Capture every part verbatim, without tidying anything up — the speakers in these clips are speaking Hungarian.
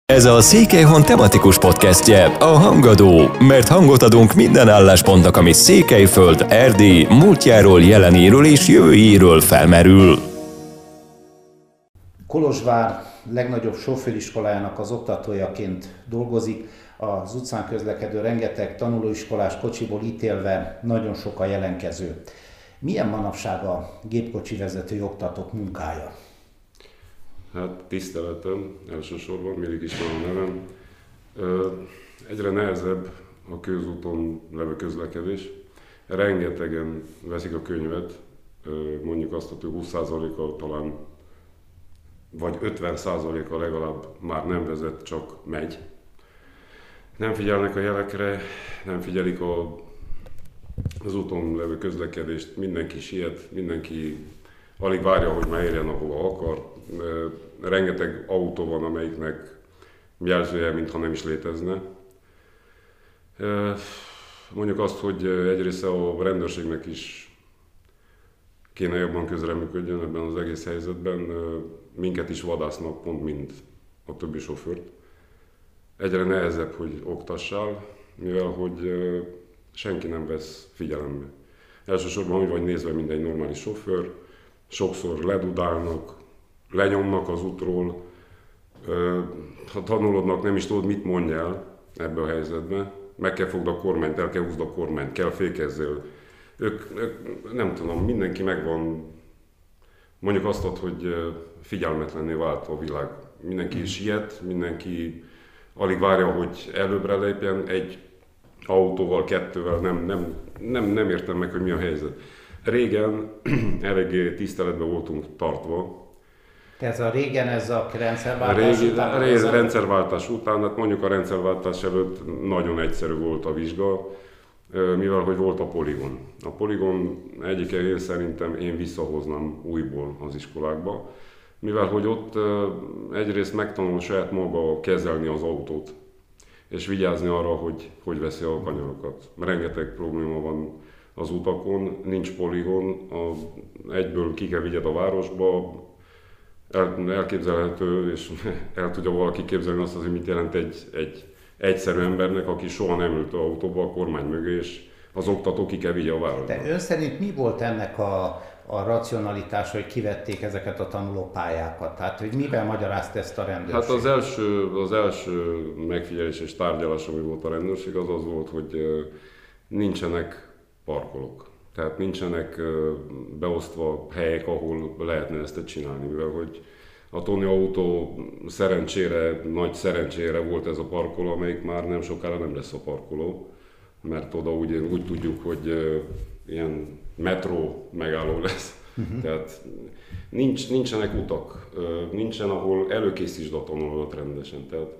Ez a Székelyhon tematikus podcastje, a Hangadó, mert hangot adunk minden álláspontnak, ami Székelyföld, Erdély, múltjáról, jelenéről és jövőjéről felmerül. Kolozsvár legnagyobb sofőriskolájának az oktatójaként dolgozik, az utcán közlekedő rengeteg tanulóiskolás kocsiból ítélve nagyon sok a jelenkező. Milyen manapság a gépkocsi vezető oktatók munkája? Hát tiszteletem, elsősorban, mindig is van a nevem. Egyre nehezebb a közúton levő közlekedés. Rengetegen veszik a könyvet, mondjuk azt, hogy húsz százaléka talán, vagy ötven százaléka legalább már nem vezet, csak megy. Nem figyelnek a jelekre, nem figyelik a, az úton levő közlekedést, mindenki siet, mindenki alig várja, hogy már érjen, ahova akar. Rengeteg autó van, amelyiknek jelzője, mintha nem is létezne. Mondjuk azt, hogy egyrészt a rendőrségnek is kéne jobban közreműködjön ebben az egész helyzetben. Minket is vadásznak, pont mint a többi sofőrt. Egyre nehezebb, hogy oktassál, mivel hogy senki nem vesz figyelembe. Elsősorban úgy vagy nézve, mint egy normális sofőr, sokszor ledudálnak, lenyomnak az útról, ha tanulodnak, nem is tudod, mit mondjál ebbe a helyzetbe. Meg kell fogd a kormányt, el kell húzd a kormányt, kell fékezzél. Ők, ők, nem tudom, mindenki megvan, mondjuk azt ad, hogy figyelmetlenné vált a világ. Mindenki siet, mindenki alig várja, hogy előbbre lépjen, egy autóval, kettővel, nem, nem, nem, nem értem meg, hogy mi a helyzet. Régen eléggé tiszteletben voltunk tartva. Tehát a régen ez a rendszerváltás régi, után? Régi a rendszerváltás után, hát mondjuk a rendszerváltás előtt nagyon egyszerű volt a vizsga, mivel hogy volt a poligon. A poligon egyike én szerintem én visszahoznám újból az iskolákba, mivel hogy ott egyrészt megtanul saját maga kezelni az autót, és vigyázni arra, hogy hogy veszi a kanyarokat. Rengeteg probléma van az utakon, nincs poligon, a, egyből ki kell vigyed a városba, el, elképzelhető, és el tudja valaki képzelni azt, hogy mit jelent egy, egy egyszerű embernek, aki soha nem ült az autóba a kormány mögé, és az oktató ki kell vigye a városba. De ön szerint mi volt ennek a, a racionalitás, hogy kivették ezeket a tanulópályákat? Tehát, hogy mivel magyarázta ezt a rendőrség? Hát az első, az első megfigyelés és tárgyalás, ami volt a rendőrség, az az volt, hogy nincsenek parkolók. Tehát nincsenek beosztva helyek, ahol lehetne ezt csinálni, mivel hogy a Tony autó szerencsére, nagy szerencsére volt ez a parkoló, amelyik már nem sokára nem lesz a parkoló, mert oda úgy, úgy tudjuk, hogy ilyen metró megálló lesz. Uh-huh. Tehát nincs, nincsenek utak, nincsen, ahol előkészítsd a tanulót rendesen. Tehát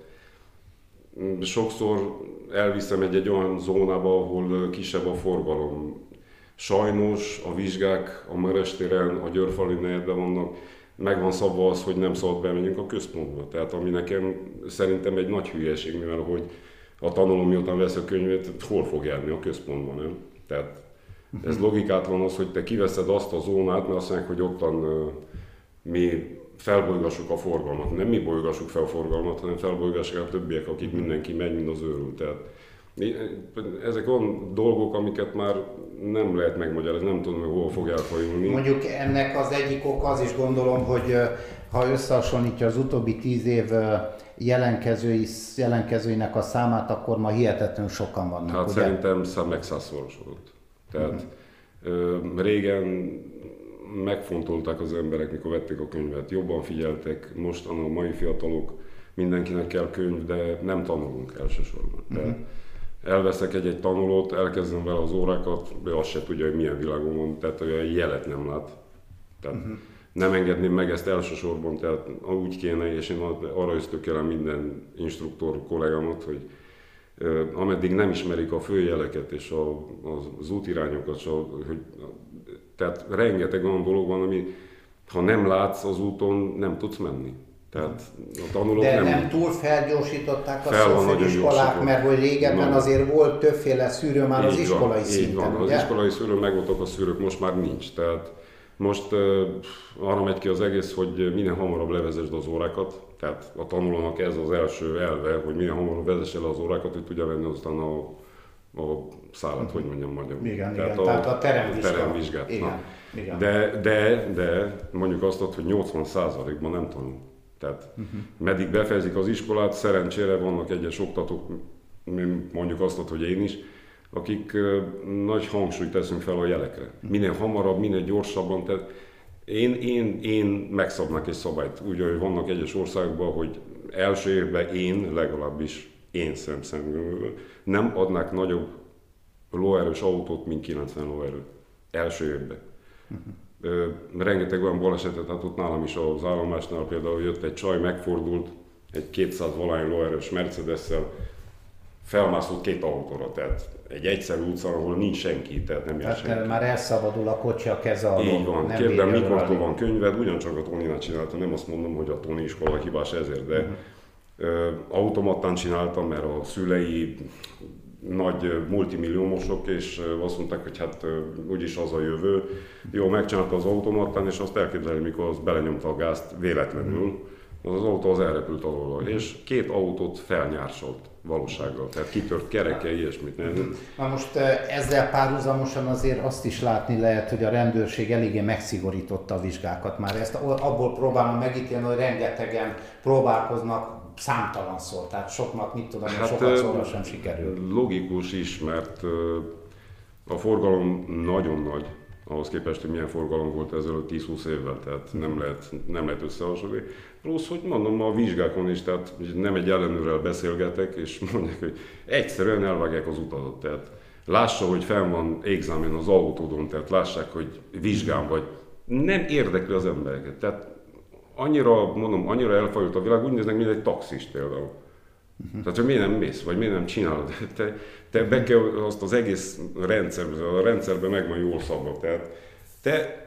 sokszor elviszem egy, egy olyan zónába, ahol kisebb a forgalom. Sajnos a vizsgák a Marostéren, a Győrfali negyedben vannak, meg van szabva az, hogy nem szabad bemegyünk a központba. Tehát ami nekem szerintem egy nagy hülyeség, mivel hogy a tanuló miután vesz a könyvét, hol fog járni a központban, nem? Tehát ez logikátlan az, hogy te kiveszed azt a zónát, mert azt mondják, hogy ottan uh, mi felbolygassuk a forgalmat. Nem mi bolygassuk fel a forgalmat, hanem felbolygassuk a többiek, akik mindenki megy, mint az őrült. Tehát ezek olyan dolgok, amiket már nem lehet megmagyarázni, nem tudom, hogy hol fog elfajulni. Mondjuk ennek az egyik ok az is gondolom, hogy ha összehasonlítja az utóbbi tíz év jelenkezői, jelenkezőinek a számát, akkor ma hihetetlenül sokan vannak. Hát ugye? Szerintem meg százszorosodott. Tehát uh-huh. régen megfontolták az emberek, mikor vették a könyvet, jobban figyeltek, mostan a mai fiatalok, mindenkinek kell könyv, de nem tanulunk elsősorban. Uh-huh. Tehát elveszek egy-egy tanulót, elkezdem vele az órákat, de azt se tudja, hogy milyen világon van, tehát olyan jelet nem lát. Tehát uh-huh. nem engedném meg ezt elsősorban, tehát úgy kéne, és én arra ösztökélem minden instruktor kollégámat, hogy uh, ameddig nem ismerik a főjeleket és a, az útirányokat, a, hogy, tehát rengeteg olyan dolog van, ami ha nem látsz az úton, nem tudsz menni. Tehát a tanulók De nem, nem túl felgyorsították a fel sofőriskolák, mert hogy régebben Na. azért volt többféle szűrő már így az iskolai van, szinten, így van. ugye? Az iskolai szűrő, megvoltak a szűrők, most már nincs. Tehát most uh, arra megy ki az egész, hogy minél hamarabb levezesd az órákat, Tehát a tanulónak ez az első elve, hogy milyen hamarabb vezesse le az órákat, hogy tudja venni aztán a, a szállat, hogy mondjam magyarul. Igen, tehát igen, a, tehát a teremvizsgát. teremvizsgát. Igen, igen. De, de, de mondjuk azt, hogy nyolcvan százalékban nem tanul. Tehát uh-huh. meddig befejezik az iskolát, szerencsére vannak egyes oktatók, mondjuk azt, hogy én is, akik nagy hangsúlyt teszünk fel a jelekre. Minél hamarabb, minél gyorsabban. Tehát én, én, én megszabnak egy szabályt. Úgy, hogy vannak egyes országokban, hogy első évben én, legalábbis én szemszemről, nem adnak nagyobb lóerős autót, mint kilencven lóerő. Első évben. Uh-huh. Rengeteg olyan balesetet, hát ott nálam is az állomásnál például jött egy csaj, megfordult egy kétszáz valány lóerős Mercedes-szel, felmászott két autóra, tehát egy egyszerű utcán, ahol nincs senki, tehát nem jár senki. Már elszabadul a kocsi a keze alól. Így van, kérdem, mikortól van könyved, ugyancsak a Tonina csinálta, nem azt mondom, hogy a Toni iskola hibás ezért, de uh-huh. automatán csináltam, mert a szülei nagy multimilliómosok, és azt mondták, hogy hát úgyis az a jövő. Jó, megcsinálta az automatán, és azt elképzelni, mikor az belenyomta a gázt véletlenül, az az autó az elrepült alól, és két autót felnyársolt valósággal, tehát kitört kereke, ilyesmit. Nem. Na most ezzel párhuzamosan azért azt is látni lehet, hogy a rendőrség eléggé megszigorította a vizsgákat már. Ezt abból próbálom megítélni, hogy rengetegen próbálkoznak számtalanszor, tehát soknak, mit tudom, hát, sokat szóra sem sikerül. Logikus is, mert a forgalom nagyon nagy, ahhoz képest, hogy milyen forgalom volt ezelőtt tíz-húsz évvel, tehát nem lehet, nem lehet összehasonlítani. Plusz, hogy mondom, a vizsgákon is, tehát nem egy ellenőrrel beszélgetek, és mondják, hogy egyszerűen elvágják az utadat. Tehát lássa, hogy fenn van examen az autódon, tehát lássák, hogy vizsgán vagy. Nem érdekli az embereket. Tehát annyira, mondom, annyira elfajult a világ, úgy néznek, mint egy taxis például. Uh-huh. Tehát, hogy miért nem mész, vagy miért nem csinálod. Te, te be kell azt az egész rendszerbe, a rendszerben meg van jól szabva. Tehát te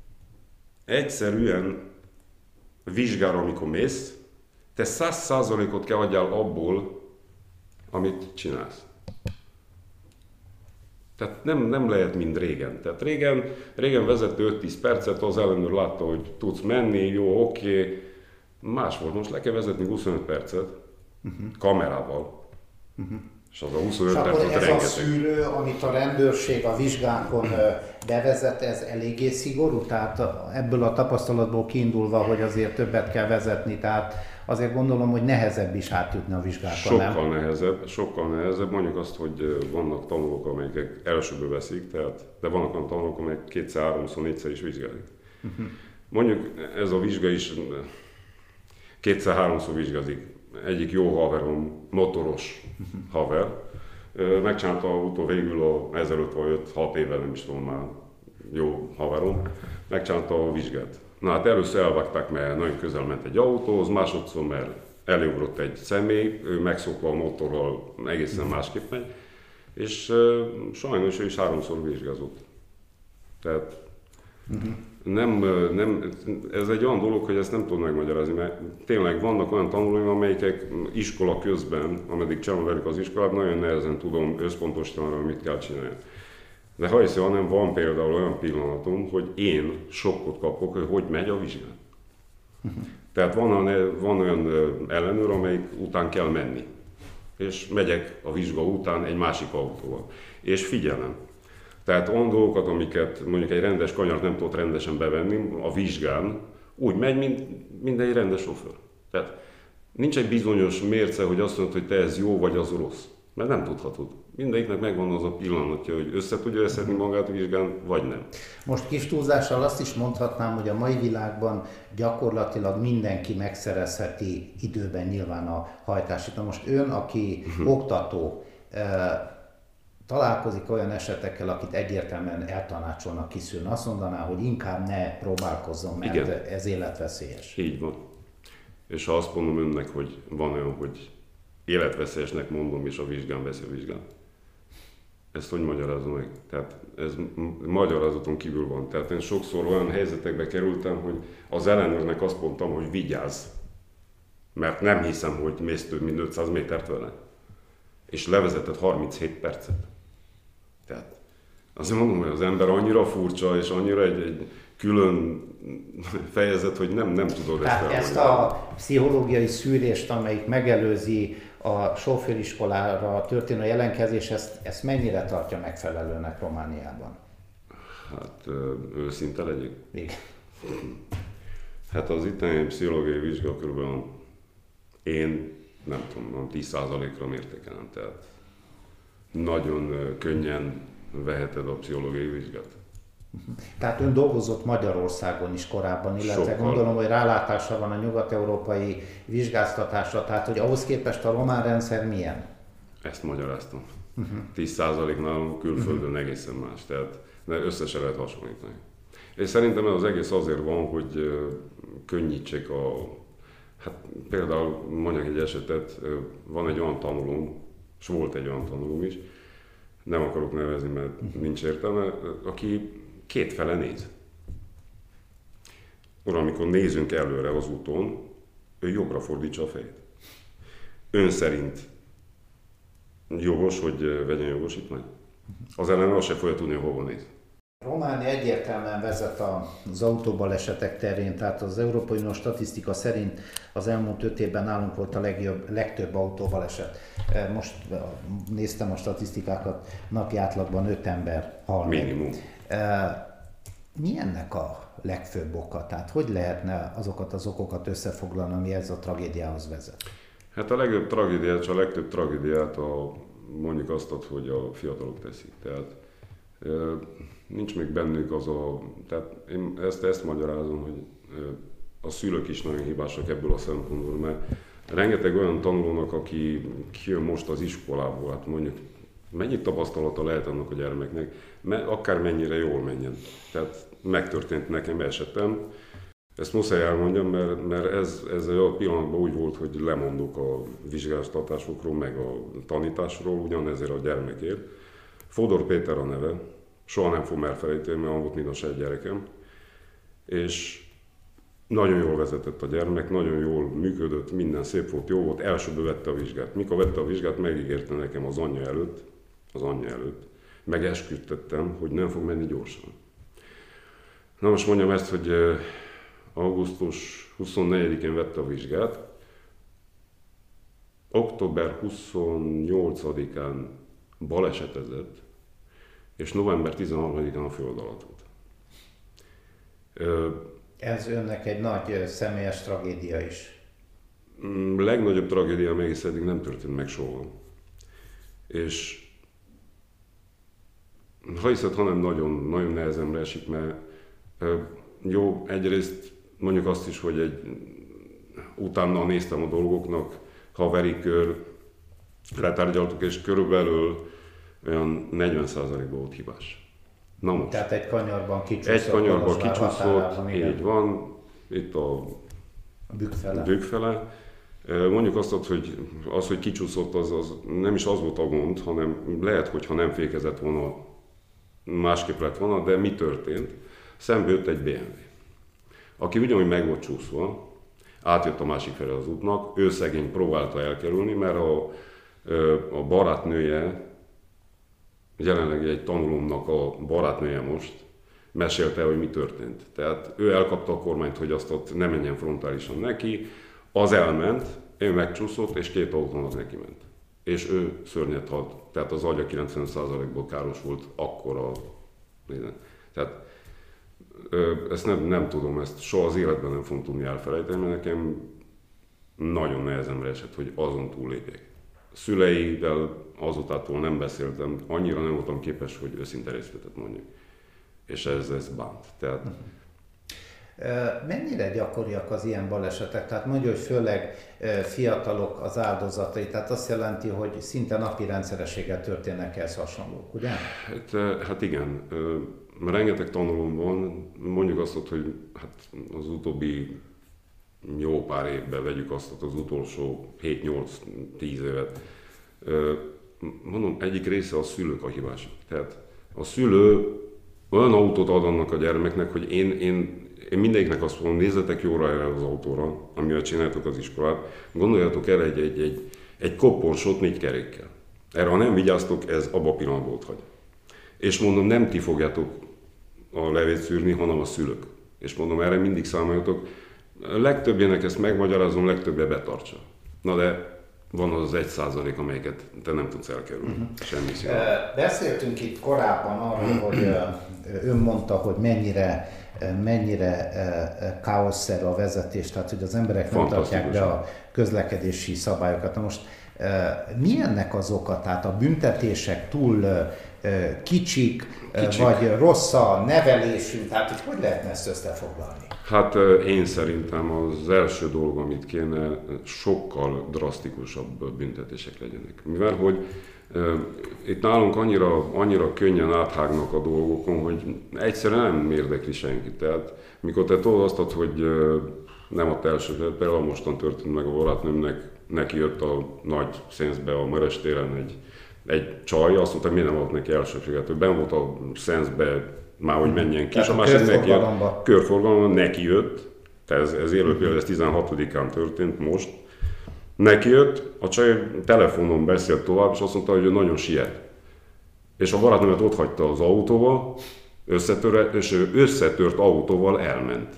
egyszerűen vizsgára, amikor mész, te száz százalékot kell adjál abból, amit csinálsz. Tehát nem, nem lehet, mint régen. Tehát régen, régen vezette öt-tíz percet, az ellenőr látta, hogy tudsz menni, jó, oké. Okay. Más volt, most le kell vezetni huszonöt percet, uh-huh. kamerával. Uh-huh. És az a huszonöt percet rengeteg. Ez a szűrő, amit a rendőrség a vizsgánkon bevezet, ez eléggé szigorú? Tehát ebből a tapasztalatból kiindulva, hogy azért többet kell vezetni, tehát azért gondolom, hogy nehezebb is átjutni a vizsgákon, sokkal nem? nehezebb, sokkal nehezebb. Mondjuk azt, hogy vannak tanulók, amelyek elsőből veszik, tehát, de vannak olyan tanulók, amelyek kétszer, háromszor, négyszer is vizsgálik. Uh-huh. Mondjuk ez a vizsga is kétszer-háromszor vizsgázik. Egyik jó haverom, motoros uh-huh. haver, megcsinálta a autó végül a ezelőtt vagy öt-hat éve, nem is tudom már, jó haverom, megcsinálta a vizsgát. Na hát először elvágták, mert nagyon közel ment egy autóhoz, másodszor, mert elugrott egy személy, ő megszokva a motorral egészen másképp megy, és uh, sajnos ő is háromszor vizsgázott. Tehát uh-huh. nem, nem, ez egy olyan dolog, hogy ezt nem tudom megmagyarázni, mert tényleg vannak olyan tanulóim, amelyek iskola közben, ameddig csinálom velük az iskolát, nagyon nehezen tudom összpontosítani arra, mit kell csinálni. De ha hiszi, hanem van például olyan pillanatom, hogy én sokkot kapok, hogy hogy megy a vizsgán. Uh-huh. Tehát van olyan, van olyan ellenőr, amelyik után kell menni. És megyek a vizsga után egy másik autóval. És figyelem. Tehát olyan dolgokat, amiket mondjuk egy rendes kanyart nem tudott rendesen bevenni, a vizsgán úgy megy, mint, mint egy rendes sofőr. Tehát nincs egy bizonyos mérce, hogy azt mondod, hogy te ez jó vagy az rossz. Mert nem tudhatod. Mindegyiknek megvan az a pillanatja, hogy össze tudja szedni magát a vizsgán, vagy nem. Most kis túlzással azt is mondhatnám, hogy a mai világban gyakorlatilag mindenki megszerezheti időben nyilván a hajtásit. Na most ön, aki oktató, találkozik olyan esetekkel, akit egyértelműen eltanácsolnak kiszűrni, azt mondaná, hogy inkább ne próbálkozzon, mert igen, ez életveszélyes. Így van. És ha azt mondom önnek, hogy van olyan, hogy életveszélyesnek mondom, és a vizsgán veszi a vizsgán. Ezt hogy magyarázom meg? Tehát ez magyarázaton kívül van. Tehát én sokszor olyan helyzetekbe kerültem, hogy az ellenőrnek azt mondtam, hogy vigyázz, mert nem hiszem, hogy mész több mint ötszáz métert vele. És levezetett harminchét percet. Tehát azért mondom, hogy az ember annyira furcsa, és annyira egy, egy külön fejezet, hogy nem, nem tudod Tehát ezt ezt a pszichológiai szűrést, amelyik megelőzi a sofőriskolára történő jelentkezés, ezt, ezt mennyire tartja megfelelőnek Romániában? Hát őszinte legyek. Igen. Hát az itteni pszichológiai vizsga körülbelül én nem tudom, tíz százalékra mértékelem, tehát nagyon könnyen veheted a pszichológiai vizsgát. Tehát ön dolgozott Magyarországon is korábban, illetve Sokkal. Gondolom, hogy rálátása van a nyugat-európai vizsgáztatásra, tehát hogy ahhoz képest a román rendszer milyen? Ezt magyaráztam. Uh-huh. tíz százalék nálunk külföldön uh-huh. egészen más, tehát összesen lehet hasonlítani. És szerintem ez az egész azért van, hogy könnyítsék a... Hát például mondjak egy esetet, van egy olyan tanulóm, és volt egy olyan tanulóm is, nem akarok nevezni, mert nincs értelme, aki kétfele néz. Ura, amikor nézünk előre az úton, ő jobbra fordítsa a fejét. Ön szerint jogos, hogy vegyen jogosítványt? Az ellen azt se fogja tudni, hova néz. Románia egyértelműen vezet az autóbalesetek terén, tehát az Európai Unió statisztika szerint az elmúlt öt évben nálunk volt a legjobb, legtöbb autóbaleset. Most néztem a statisztikákat, napi átlagban öt ember hal meg. Minimum. Mi ennek a legfőbb oka? Tehát hogy lehetne azokat az okokat összefoglalni, ami ez a tragédiához vezet? Hát a legjobb tragédiát, a legtöbb tragédiát a, mondjuk azt, hogy a fiatalok teszik. Tehát nincs még bennük az a... Tehát én ezt, ezt magyarázom, hogy a szülők is nagyon hibásak ebből a szempontból, mert rengeteg olyan tanulónak, aki kijön most az iskolából, hát mondjuk mennyit tapasztalata lehet annak a gyermeknek, mert akár mennyire jól menjen. Tehát megtörtént nekem esetem, ezt muszáj elmondjam, mert, mert ez, ez a pillanatban úgy volt, hogy lemondok a vizsgáztatásokról, meg a tanításról, ugyanezért a gyermekért. Fodor Péter a neve, soha nem fogom elfelejteni, mert volt mind a saját gyerekem, és nagyon jól vezetett a gyermek, nagyon jól működött, minden szép volt, jó volt, elsőből vette a vizsgát. Mikor vette a vizsgát, megígérte nekem az anyja előtt, az anyja előtt, megesküdtettem, hogy nem fog menni gyorsan. Na most mondjam ezt, hogy augusztus huszonnegyedikén vette a vizsgát, október huszonnyolcadikán balesetezett, és november tizenharmadikán a föld alatt volt. Ez önnek egy nagy személyes tragédia is. Legnagyobb tragédia még egész eddig nem történt meg soha. És ha hiszed, hanem nagyon, nagyon nehezemre esik, mert jó, egyrészt mondjuk azt is, hogy egy, utána néztem a dolgoknak, haveri kör, letárgyaltuk, és körülbelül olyan negyven százalékban volt hibás. Na most. Tehát egy kanyarban kicsúszott. Egy kanyarban kicsúszott, így van, itt a, a bükkfele. bükkfele. Mondjuk azt, hogy az, hogy kicsúszott, az, az nem is az volt a gond, hanem lehet, hogyha nem fékezett volna, másképp lett volna, de mi történt? Szembe jött egy bé em vé, aki ugyanúgy meg volt csúszva, átjött a másik felé az útnak, ő szegény próbálta elkerülni, mert a, a barátnője, jelenleg egy tanulómnak a barátnője most mesélte, hogy mi történt. Tehát ő elkapta a kormányt, hogy azt ott ne menjen frontálisan neki, az elment, ő megcsúszott, és két autónak neki ment. És ő szörnyet halt, tehát az agya kilencven százalékból káros volt akkor a... Tehát ezt nem, nem tudom, ezt soha az életben nem fogom tudni elfelejteni, mert nekem nagyon nehezemre esett, hogy azon túllépjek. Szüleivel azutától nem beszéltem, annyira nem voltam képes, hogy őszinte részletet mondjak. És ez, ez bánt. Tehát... Mennyire gyakoriak az ilyen balesetek? Tehát mondja, hogy főleg fiatalok az áldozatai, tehát azt jelenti, hogy szinte napi rendszerességgel történnek ehhez hasonlók, ugye? Hát, hát igen, rengeteg tanulóm van, mondjuk azt, hogy hát az utóbbi jó pár évben vegyük azt az utolsó hét-nyolc-tíz évet. Mondom, egyik része a szülők a hibások. Tehát a szülő olyan autót ad annak a gyermeknek, hogy én, én, én mindegyiknek azt mondom, nézzetek jóra erre az autóra, amivel csináltok az iskolát, gondoljatok el egy, egy, egy, egy kopporsót négy kerékkel. Erre, ha nem vigyáztok, ez abba a pillanatban ott hagy. És mondom, nem ti fogjátok a levét szűrni, hanem a szülők. És mondom, erre mindig számoljatok. Legtöbbjének ezt megmagyarázom, legtöbbje betartsa. Na de van az az egy százalék, amelyeket te nem tudsz elkerülni. Uh-huh. Semmi szín. Beszéltünk itt korábban arról, hogy ön mondta, hogy mennyire, mennyire káoszszerű a vezetés, tehát hogy az emberek nem tartják be a közlekedési szabályokat. Na most mi ennek az oka? Tehát a büntetések túl kicsik, kicsik. vagy rossz a nevelésünk, tehát hogy hogy lehetne ezt összefoglalni? Hát én szerintem az első dolog, amit kéne, sokkal drasztikusabb büntetések legyenek. Mivel, hogy uh, itt nálunk annyira, annyira könnyen áthágnak a dolgokon, hogy egyszerűen nem érdekli senkit. Tehát mikor te tudod azt, hogy uh, nem a első, például mostan történt meg a barátnőmnek, neki jött a nagy szenzbe a Marestéren egy, egy csaj, azt mondta, hogy miért nem volt neki elsőséget, hogy benn volt a szenzbe, már hogy menjen ki, és a másik neki jött, körforgalomban neki jött, ez, ez élő például, ez tizenhatodikán történt most, neki jött, a csaj telefonon beszélt tovább, és azt mondta, hogy ő nagyon siet. És a barátnőmet ott hagyta az autóval, összetör, és ő összetört autóval elment.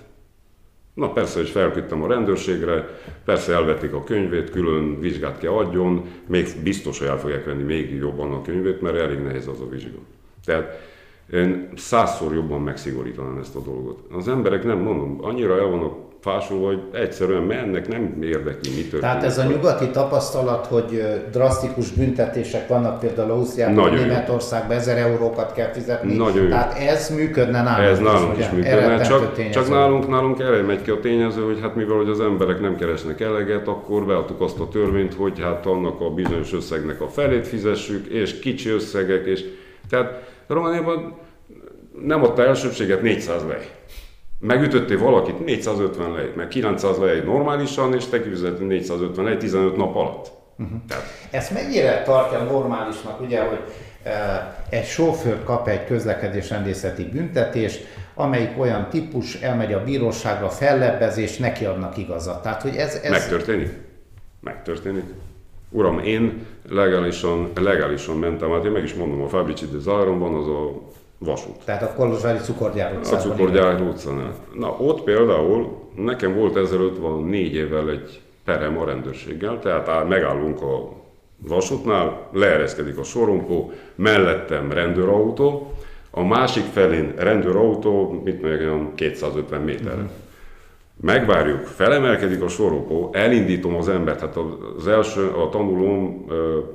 Na persze, hogy felküldtem a rendőrségre, persze elvették a könyvét, külön vizsgát kell adjon, még biztos, hogy el fogják venni még jobban a könyvét, mert elég nehéz az a vizsga. Tehát én százszor jobban megszigorítanám ezt a dolgot. Az emberek nem, mondom, annyira el vannak fásulva, hogy egyszerűen mennek, nem érdekli, mi történik. Tehát ez a nyugati tapasztalat, hogy drasztikus büntetések vannak, például Ausztriában, Németországban ezer eurókat kell fizetni. Nagyon tehát jó. Ez működne nálunk Ez nálunk is, is működne, csak, csak nálunk, nálunk erre megy ki a tényező, hogy hát mivel hogy az emberek nem keresnek eleget, akkor beadtuk azt a törvényt, hogy hát annak a bizonyos összegnek a felét fizessük, és kicsi összegek, és tehát Romániában nem adta elsőbséget négyszáz lej. Megütöttél valakit négyszázötven lej, meg kilencszáz lej normálisan, és te kifizettél négyszázötven lej tizenöt nap alatt. Uh-huh. Tehát. Ezt mennyire tartja normálisnak, ugye, hogy e, egy sofőr kap egy közlekedésrendészeti büntetést, amelyik olyan típus, elmegy a bíróságra, fellebbezés, neki adnak igazat. Tehát, hogy ez, ez... Megtörténik. Megtörténik. Uram, én legálisan, legálisan mentem, hát én meg is mondom, a Fabrici de Záron van az a vasút. Tehát a Kolozsvári cukorgyár utcán. A cukorgyár utcán. Na ott például nekem volt ezelőtt van négy évvel egy perem a rendőrséggel, tehát megállunk a vasútnál, leereszkedik a sorompó, mellettem rendőrautó, a másik felén rendőrautó, mit mondjam, kétszázötven méterre. Mm. Megvárjuk, felemelkedik a sorompó, elindítom az embert, hát az első, a tanulóm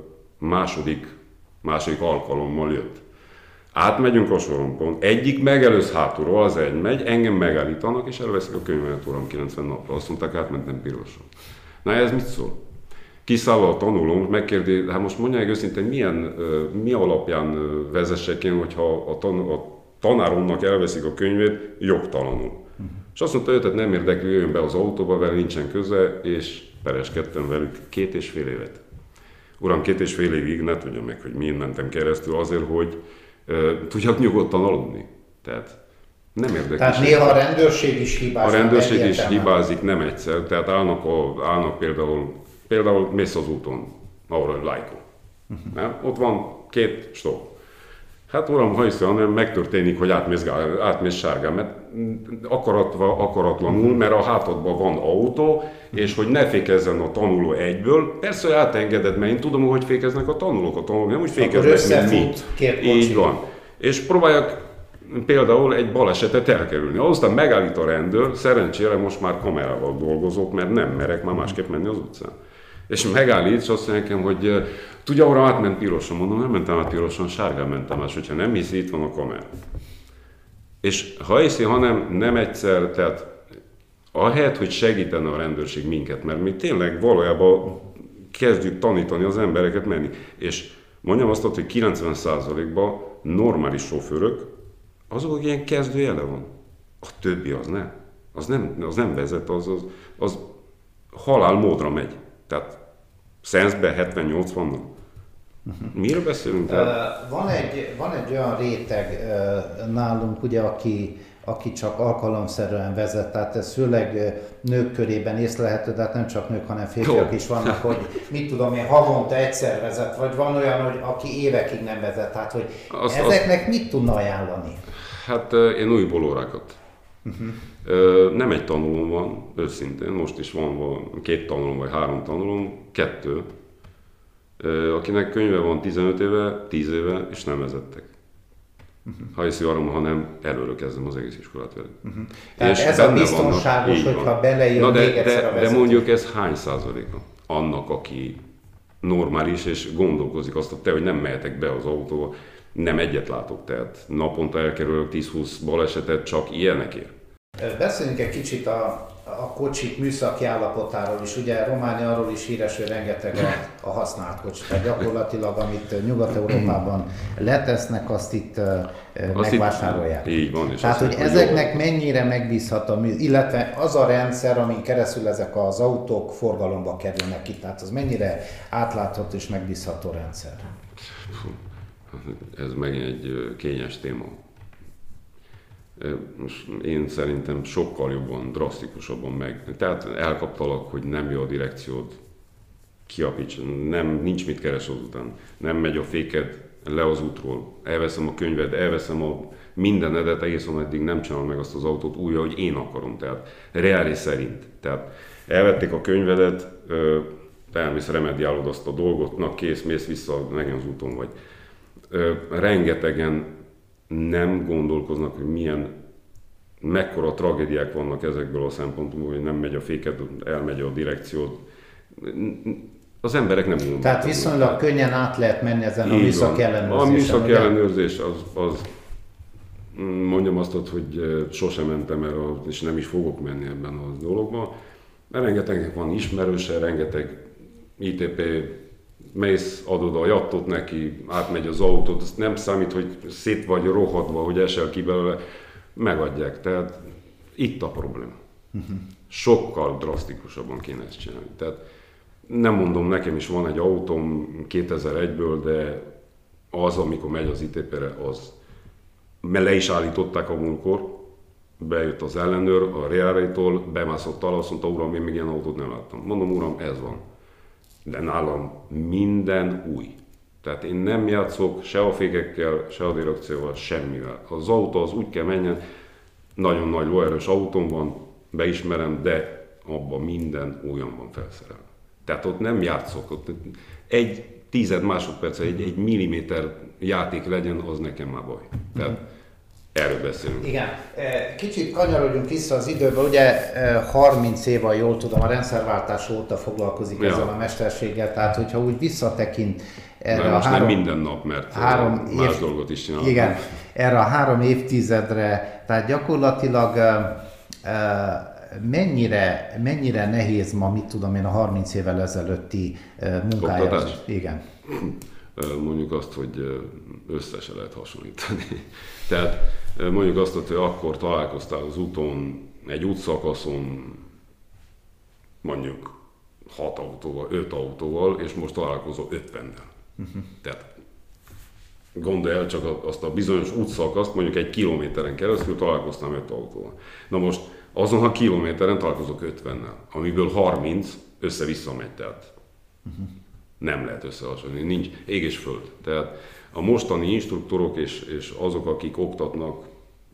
második, második alkalommal jött. Átmegyünk a sorompón, egyik megelőz hátulról, az egy megy, engem megállítanak, és elveszik a könyvemet uram kilencven napra. Azt mondták, átmentem pirosan. Na ez mit szól? Kiszáll a tanulóm, megkérdi, hát most mondják őszintén, milyen, mi alapján vezessek én, hogyha a, tan- a tanáromnak elveszik a könyvét jogtalanul. Uh-huh. És azt mondta, hogy tehát nem érdekli, jöjjön be az autóba, vele nincsen köze, és pereskedtem velük két és fél évet. Uram, két és fél évig ne tudja meg, hogy miért mentem keresztül, azért, hogy uh, tudjak nyugodtan aludni. Tehát nem érdekli. Tehát néha a rendőrség is hibázik. A rendőrség is hibázik, nem egyszer. Tehát állnak, a, állnak például, például mész az úton, ahol Lajkó. Uh-huh. Ott van két stop. Hát uram, ha hiszem, hanem megtörténik, hogy átmész, átmész sárgán, mert akaratva, akaratlanul, mert a hátadban van autó, és hogy ne fékezzen a tanuló egyből, persze, hogy átengeded, mert én tudom, hogy fékeznek a tanulók, a tanulók nem úgy fékeznek, mint mi. Így van. És próbálják például egy balesetet elkerülni. Aztán megállít a rendőr, szerencsére most már kamerával dolgozok, mert nem merek már másképp menni az utcán. És megállít, és azt mondja nekem, hogy tudja, uram, átment pirosan. Mondom, nem mentem át pirosan, sárgán mentem át, hogyha nem hiszi, itt van a kamera. És ha hiszi, hanem nem egyszer, tehát ahelyett, hogy segítene a rendőrség minket, mert mi tényleg valójában kezdjük tanítani az embereket menni. És mondjam azt, hogy kilencven százalékban normális sofőrök, azok ilyen kezdőjele van. A többi az nem. Az nem, az nem vezet, az, az, az halálmódra megy. Tehát Szenszben hetven-nyolcvannak. Miről beszélünk? Tehát? Van egy, van egy olyan réteg nálunk, ugye, aki, aki csak alkalomszerűen vezet, tehát ez főleg nők körében észlelhető, tehát nem csak nők, hanem férfiak is vannak, hogy mit tudom én, havonta egyszer vezet, vagy van olyan, hogy aki évekig nem vezet, tehát hogy az, ezeknek az... mit tudna ajánlani? Hát én újból órákat. Uh-huh. Nem egy tanulóm van, őszintén, most is van, van két tanulóm vagy három tanulóm, kettő, akinek könyve van tizenöt éve, tíz éve, és nem vezettek. Uh-huh. Ha hiszi arra, ha nem, előről kezdem az egész iskolát velük. Uh-huh. Tehát és ez a biztonságos, vannak, hogyha belejön még egyszer a vezető. De mondjuk ez hány százaléka annak, aki normális és gondolkozik azt, hogy te, hogy nem mehetek be az autóba, nem egyet látok, tehát naponta elkerülök tíz-húsz balesetet csak ilyenekért. Beszéljünk egy kicsit a, a kocsik műszaki állapotáról is. Ugye Románia arról is híres, hogy rengeteg a, a használt kocsi. Tehát gyakorlatilag, amit Nyugat-Európában letesznek, azt itt azt megvásárolják. Itt, így van. És tehát, hogy ezeknek mennyire megbízható, illetve az a rendszer, amin keresztül ezek az autók forgalomba kerülnek itt, tehát az mennyire átlátható és megbízható rendszer? Ez megint egy kényes téma. Most én szerintem sokkal jobban, drasztikusabban meg. Tehát elkaptalak, hogy nem jó a direkciód, kiapíts, nem, nincs mit keres azután. Nem megy a féked le az útról, elveszem a könyved, elveszem a mindenedet, egészen eddig nem csinálom meg azt az autót úgy, ahogy én akarom. Tehát reális szerint. Tehát elvették a könyvedet, elmész, remediálod azt a dolgot, na kész, mész vissza, megint az úton vagy. Rengetegen nem gondolkoznak, hogy milyen, mekkora tragédiák vannak ezekből a szempontból, hogy nem megy a féked, elmegy a direkciót. Az emberek nem gondolkoznak. Tehát viszonylag könnyen át lehet menni ezen a műszaki ellenőrzésen. A műszaki ellenőrzés az, az, mondjam azt, hogy sosem mentem el, és nem is fogok menni ebben a dologban. Mert rengetegnek van ismerőse, rengeteg i té pé, mész, adod a jattot neki, átmegy az autót, azt nem számít, hogy szét vagy rohadva, hogy esel ki belőle, megadják. Tehát itt a probléma. Uh-huh. Sokkal drasztikusabban kéne ezt csinálni. Tehát nem mondom, nekem is van egy autóm kétezer-egyből, de az, amikor megy az i té pére, az. Mert le is állították a múltkor, bejött az ellenőr a Reárétól, bemászott alá, azt mondta, uram, én még ilyen autót nem láttam. Mondom, uram, ez van. De nálam minden új. Tehát én nem játszok se a fékekkel, se a direkcióval, semmivel. Az autó az úgy kell menjen, nagyon nagy lóerős autóm van, beismerem, de abban minden olyan van felszerelve. Tehát ott nem játszok, ott egy tized másodperc, egy, egy milliméter játék legyen, az nekem már baj. Tehát erről beszélünk. Igen. Kicsit kanyarodjunk vissza az időbe. Ugye harminc év, jól tudom, a rendszerváltás óta foglalkozik ja. ezzel a mesterséggel, tehát hogyha úgy visszatekint erre Na, a három... nem minden nap, mert három más év... dolgot is csinálok. Igen, erre a három évtizedre, tehát gyakorlatilag mennyire, mennyire nehéz ma, mit tudom én, a harminc évvel ezelőtti munkája? Oktatás? Igen. Mondjuk azt, hogy össze se lehet hasonlítani. Tehát mondjuk azt, hogy akkor találkoztál az úton, egy útszakaszon, mondjuk hat autóval, öt autóval, és most találkozol ötvennel. Uh-huh. Tehát gondolj el csak azt a bizonyos útszakaszt, mondjuk egy kilométeren keresztül találkoztam öt autóval. Na most azon a kilométeren találkozok ötvennel, amiből harminc össze-vissza megy, tehát uh-huh. nem lehet összehasonlítani, nincs ég és föld. Tehát a mostani instruktorok és, és azok, akik oktatnak,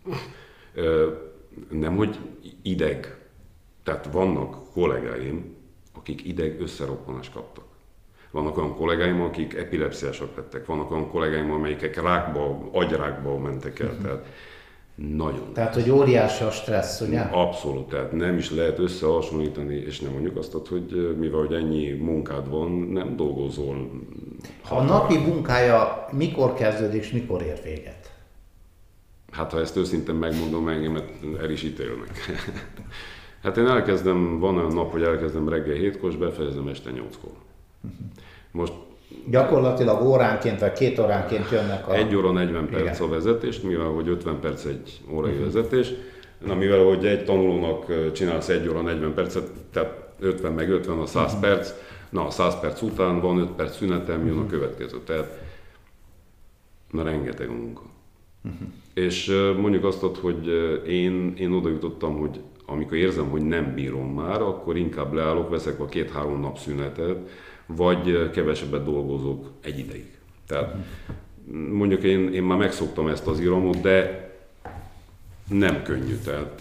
nemhogy ideg. Tehát vannak kollégáim, akik ideg összeroppanást kaptak. Vannak olyan kollégáim, akik epilepsziások lettek. Vannak olyan kollégáim, amelyek rákba, agyrákba mentek el. Tehát nagyon. Tehát, hogy óriási a stressz, ugye? Abszolút, tehát nem is lehet összehasonlítani, és nem mondjuk azt, hogy mivel hogy ennyi munkád van, nem dolgozol. A napi munkája mikor kezdődik, és mikor ér véget? Hát ha ezt őszintén megmondom, engemet el is ítélnek. Hát én elkezdem, van olyan nap, hogy elkezdem reggel hétkor, és befejezem este nyolckor. Most gyakorlatilag óránként, vagy két óránként jönnek a... Egy óra negyven perc igen. a vezetés, mivel hogy ötven perc egy órai uh-huh. vezetés. Na, mivel hogy egy tanulónak csinálsz egy óra negyven percet, tehát ötven meg ötven a száz uh-huh. perc, na a száz perc után van öt perc szünetem, jön uh-huh. a következő. Tehát na, rengeteg a munka. Uh-huh. És mondjuk azt, hogy én, én oda jutottam, hogy amikor érzem, hogy nem bírom már, akkor inkább leállok, veszek a két-három nap szünetet, vagy kevesebbet dolgozok egy ideig. Tehát mondjuk én, én már megszoktam ezt az iramot, de nem könnyű, tehát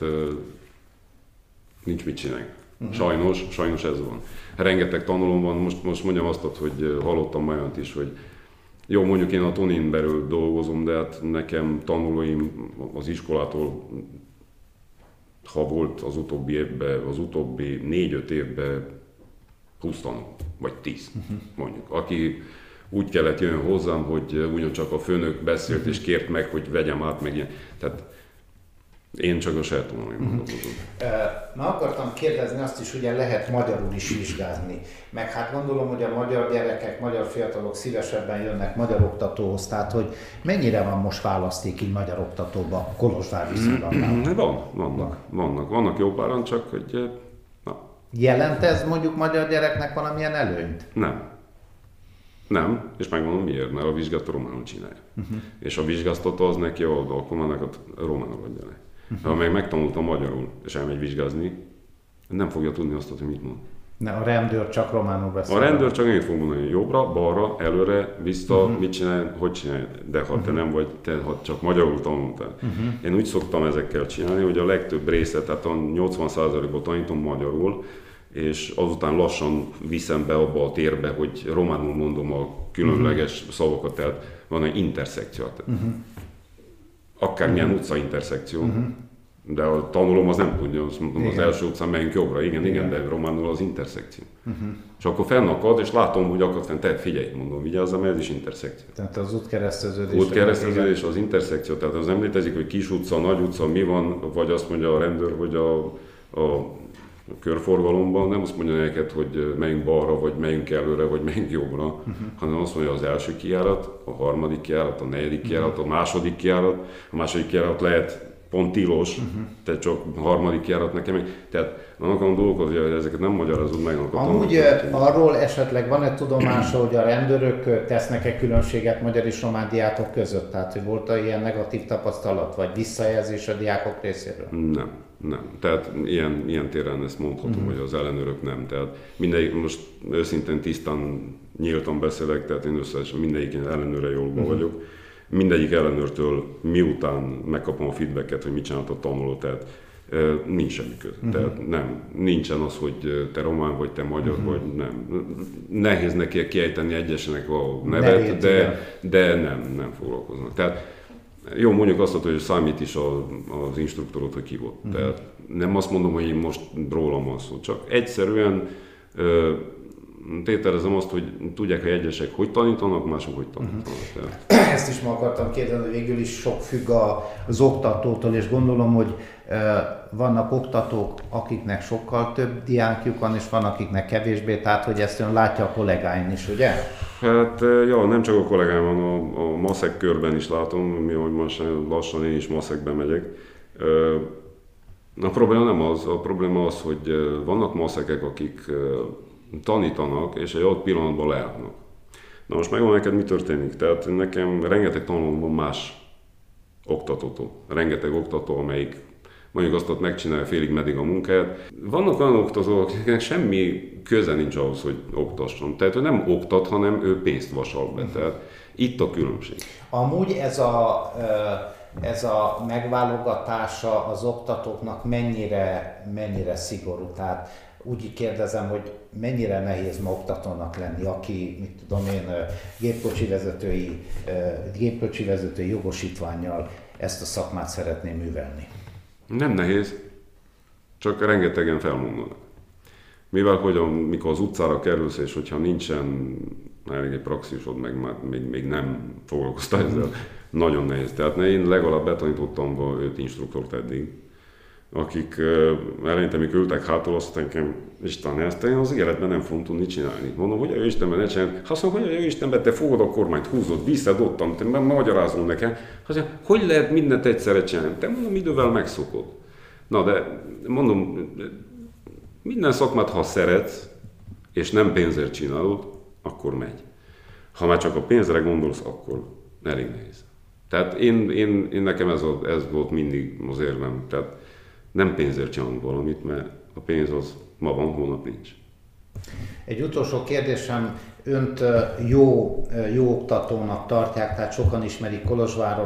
nincs mit csinálni. Sajnos, sajnos ez van. Rengeteg tanulom van, most, most mondjam azt, hogy hallottam olyant is, hogy jó, mondjuk én a Tonin belül dolgozom, de hát nekem tanulóim az iskolától, ha volt az utóbbi évben, az utóbbi négy-öt évben húsz tanul, vagy tíz, mondjuk. Aki úgy kellett jönni hozzám, hogy ugyancsak a főnök beszélt és kért meg, hogy vegyem át meg ilyen. Tehát én csak a saját tanulóimmal dolgozom. Na, akartam kérdezni azt is, ugye lehet magyarul is vizsgázni. Meg hát gondolom, hogy a magyar gyerekek, magyar fiatalok szívesebben jönnek magyar oktatóhoz, tehát hogy mennyire van most választék így magyar oktatóba Kolozsvár viszonylatában? Van, vannak, vannak. Vannak jó páran, csak hogy... Na. Jelent ez mondjuk magyar gyereknek valamilyen előnyt? Nem. Nem, és megmondom miért, mert a vizsgát románul csinálja. Uh-huh. És a vizsgáztató az neki a alkalmának románul adja le. Uh-huh. Ha meg megtanulta magyarul, és elmegy vizsgázni, nem fogja tudni azt, hogy mit mond. Ne, a rendőr csak románul beszél. A rendőr csak én fog mondani, jobbra, balra, előre, vissza, uh-huh. mit csinál, hogy csinál. De ha uh-huh. te nem vagy, te ha csak magyarul tanultál. Uh-huh. Én úgy szoktam ezekkel csinálni, hogy a legtöbb része, tehát a nyolcvan százalékban tanítom magyarul, és azután lassan viszem be abba a térbe, hogy románul mondom a különleges uh-huh. szavakat, tehát van egy interszekció. Uh-huh. Akármilyen uh-huh. utca interszekció, uh-huh. de a tanulom az nem tudja, azt mondom, igen. Az első utcán megyünk jobbra, igen, igen, igen, de románul az interszekció. Uh-huh. És akkor fennakad, és látom, hogy akad fenn, te figyelj, mondom, vigyázzam, ez is interszekció. Tehát az útkereszteződés. Útkereszteződés, az interszekció, tehát az nem létezik, hogy kis utca, nagy utca, mi van, vagy azt mondja a rendőr, hogy a, a a körforgalomban nem azt mondja neked, hogy megyünk balra, vagy megyünk előre, vagy megyünk jobbra, uh-huh. hanem azt mondja az első kijárat, a harmadik kijárat, a negyedik uh-huh. kijárat, a második kijárat. A második kijárat lehet pont tilos, uh-huh. tehát csak a harmadik kijárat nekem. Tehát annak a dolgok, hogy ezeket nem magyarázod meg. Amúgy arról esetleg van-e tudomása, hogy a rendőrök tesznek-e különbséget magyar és román diákok között? Tehát, hogy volt-e ilyen negatív tapasztalat, vagy visszajelzés a diákok részéről? Nem. Nem. Tehát ilyen, ilyen téren ezt mondhatom, uh-huh. hogy az ellenőrök nem. Tehát mindegyik, most őszintén tisztán, nyíltan beszélek, tehát én összesen mindegyik ellenőre jól uh-huh. vagyok. Mindegyik ellenőrtől miután megkapom a feedbacket, hogy mit csinált a tanuló, tehát e, nincs semmi köz. Uh-huh. Tehát nem, nincsen az, hogy te román vagy, te magyar uh-huh. vagy, nem. Nehéz neki kiejteni egyesenek a nevet, Nevét, de, de nem, nem foglalkoznak. Tehát jó, mondjuk azt, hogy számít is az instruktorot, hogy ki volt. Uh-huh. Tehát nem azt mondom, hogy én most rólam van szó, csak egyszerűen ö, tételezem azt, hogy tudják, hogy egyesek hogy tanítanak, mások hogy tanítanak. Uh-huh. Tehát. Ezt is ma akartam kérdezni, hogy végül is sok függ az oktatótól, és gondolom, hogy ö, vannak oktatók, akiknek sokkal több diákjuk van, és van, akiknek kevésbé, tehát hogy ezt ön látja a kollégáin is, ugye? Hát, ja, nem csak a kollégám van, a, a maszek körben is látom, mi, hogy most lassan én is maszekben megyek. A probléma nem az, a probléma az, hogy vannak maszekek, akik tanítanak, és egy adott pillanatban leállnak. Na most megmondom neked, mi történik. Tehát nekem rengeteg tanulom van más oktatótól. Rengeteg oktató, amelyik mondjuk azt ott megcsinálja félig meddig a munkát. Vannak olyan oktatók, akiknek semmi köze nincs ahhoz, hogy oktasson. Tehát ő nem oktat, hanem ő pénzt vasal be. Tehát itt a különbség. Amúgy ez a, ez a megválogatása az oktatóknak mennyire, mennyire szigorú? Tehát úgy kérdezem, hogy mennyire nehéz ma oktatónak lenni, aki, mit tudom én, gépkocsi vezetői, gépkocsi vezetői jogosítvánnyal ezt a szakmát szeretné művelni? Nem nehéz, csak rengetegen felmondanak. Mivel, hogy amikor az utcára kerülsz, és hogyha nincsen elég egy praxisod, meg már még, még nem foglalkoztál ezzel, nagyon nehéz. Tehát én legalább betanítottam öt instruktort eddig, akik eleinte, mikor ültek hátul, azt nekem, Isten, ezt én az életben nem fogom tudni csinálni. Mondom, hogy a Istenben ne csinálni. Azt mondom, hogy a Istenben te fogod a kormányt, húzod, viszed ottan, te magyarázol nekem. Azt mondja, hogy lehet mindent egyszerre csinálni? Te mondom, idővel megszokod. Na de mondom, minden szakmát, ha szeretsz, és nem pénzért csinálod, akkor megy. Ha már csak a pénzre gondolsz, akkor elég nehéz. Tehát én, én, én nekem ez, a, ez volt mindig az érvem. Tehát nem pénzért csinálunk valamit, mert a pénz az ma van, holnap nincs. Egy utolsó kérdésem, önt jó, jó oktatónak tartják, tehát sokan ismerik Kolozsváron.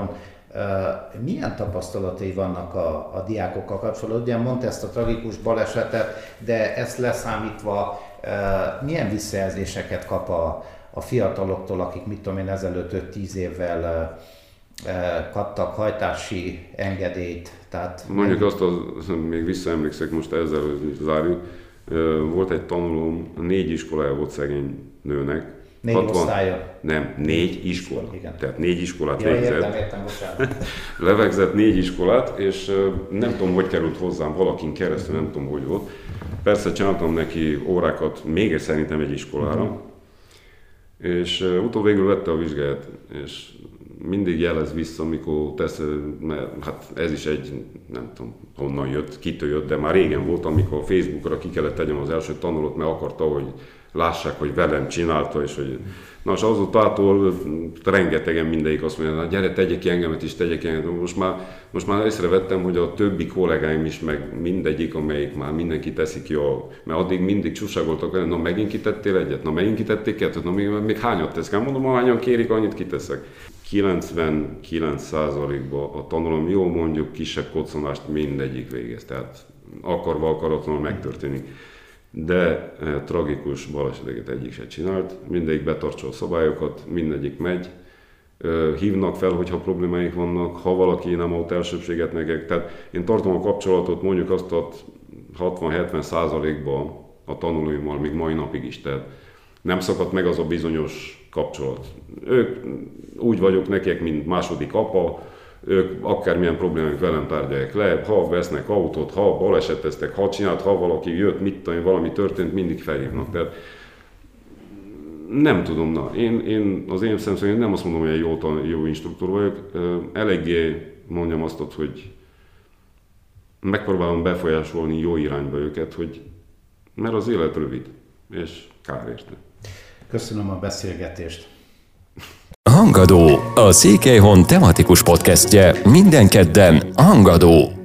Milyen tapasztalatai vannak a, a diákokkal kapcsolatban? Ugye mondta ezt a tragikus balesetet, de ezt leszámítva milyen visszajelzéseket kap a, a fiataloktól, akik mit tudom én ezelőtt öt-tíz évvel kaptak hajtási engedélyt? Tehát mondjuk azt, az, még visszaemlékszek, most ezzel zárjuk, volt egy tanulóm, négy iskolája volt szegény nőnek. Négy hatvan, osztálya? Nem, négy iskola. Igen. Tehát négy iskolát ja, végzett. Értem, értem, bocsánat. Levegzett négy iskolát, és nem tudom, hogy került hozzám, valakin keresztül, nem tudom, hogy volt. Persze csináltam neki órákat, még egy szerintem egy iskolára, uh-huh. és utóbb végül vette a vizsgáját, és mindig jelez vissza, amikor tesz, mert hát ez is egy, nem tudom honnan jött, kitől jött, de már régen volt, amikor Facebookra ki kellett tegyem az első tanulót, mert akarta, hogy lássák, hogy velem csinálta, és hogy... Na, és azutától rengetegen mindegyik azt mondja, gyere, tegyek ki engemet is, tegyek ki engemet. Most már, most már észrevettem, hogy a többi kollégáim is, meg mindegyik, amelyik már mindenki teszik jól. Mert addig mindig csúságoltak velem, na megint kitettél egyet, na megint kitették kettőt, na még, még hányat tesz? Mondom, ahányan kérik, annyit kiteszek. kilencvenkilenc százalékban a tanulom, jó mondjuk, kisebb koccanást mindegyik végez, tehát akarva akaratlanul megtörténik. De eh, tragikus baleseteket egyik se csinált, mindegyik betartsa a szabályokat, mindegyik megy, eh, hívnak fel, hogyha problémáik vannak, ha valaki nem ad elsőbséget nekik. Tehát én tartom a kapcsolatot mondjuk azt a hatvan-hetven százalékban a tanulóimmal még mai napig is, tehát nem szakadt meg az a bizonyos kapcsolat. Ők úgy vagyok nekik, mint második apa, ők akármilyen problémák velem tárgyalják le, ha vesznek autót, ha baleseteztek, ha csinált, ha valaki jött, mit tudom, valami történt, mindig felhívnak. Tehát nem tudom, na, én, én az én szemszögem nem azt mondom, hogy egy jó, jó instruktor vagyok, eléggé mondjam azt, hogy megpróbálom befolyásolni jó irányba őket, hogy mert az élet rövid, és kár érte. Köszönöm a beszélgetést. Hangadó, a Székelyhon tematikus podcastje minden kedden Hangadó.